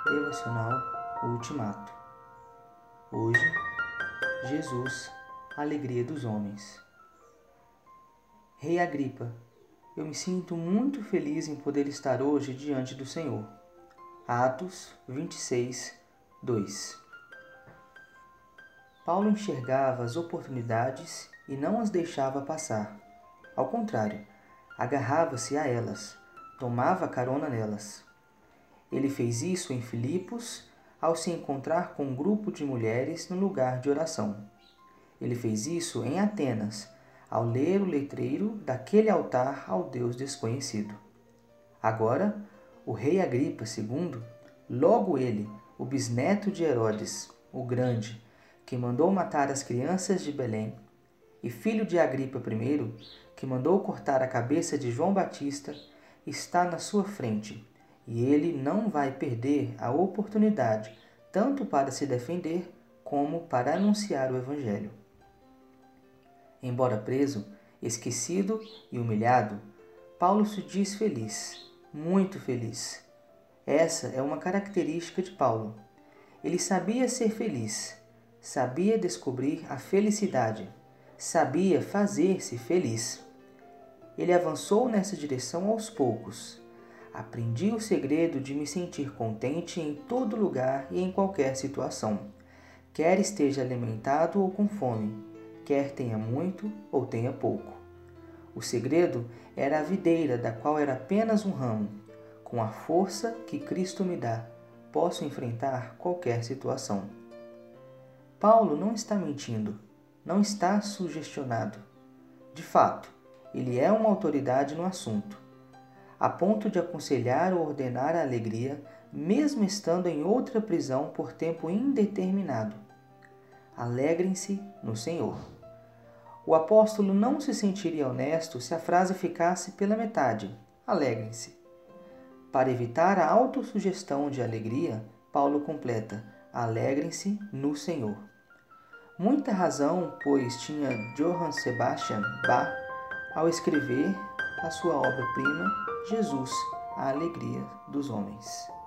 Devocional Ultimato. Hoje, Jesus, a alegria dos homens. Rei Agripa, eu me sinto muito feliz em poder estar hoje diante do Senhor. Atos 26, 2. Paulo enxergava as oportunidades e não as deixava passar. Ao contrário, agarrava-se a elas, tomava carona nelas. Ele fez isso em Filipos, ao se encontrar com um grupo de mulheres no lugar de oração. Ele fez isso em Atenas, ao ler o letreiro daquele altar ao Deus desconhecido. Agora, o rei Agripa II, logo ele, o bisneto de Herodes, o Grande, que mandou matar as crianças de Belém, e filho de Agripa I, que mandou cortar a cabeça de João Batista, está na sua frente, e ele não vai perder a oportunidade tanto para se defender como para anunciar o Evangelho. Embora preso, esquecido e humilhado, Paulo se diz feliz, muito feliz. Essa é uma característica de Paulo. Ele sabia ser feliz, sabia descobrir a felicidade, sabia fazer-se feliz. Ele avançou nessa direção aos poucos. Aprendi o segredo de me sentir contente em todo lugar e em qualquer situação, quer esteja alimentado ou com fome, quer tenha muito ou tenha pouco. O segredo era a videira, da qual era apenas um ramo. Com a força que Cristo me dá, posso enfrentar qualquer situação. Paulo não está mentindo, não está sugestionado. De fato, ele é uma autoridade no assunto, a ponto de aconselhar ou ordenar a alegria, mesmo estando em outra prisão por tempo indeterminado. Alegrem-se no Senhor. O apóstolo não se sentiria honesto se a frase ficasse pela metade. Alegrem-se. Para evitar a autossugestão de alegria, Paulo completa: alegrem-se no Senhor. Muita razão, pois tinha Johann Sebastian Bach ao escrever a sua obra-prima Jesus, a alegria dos homens.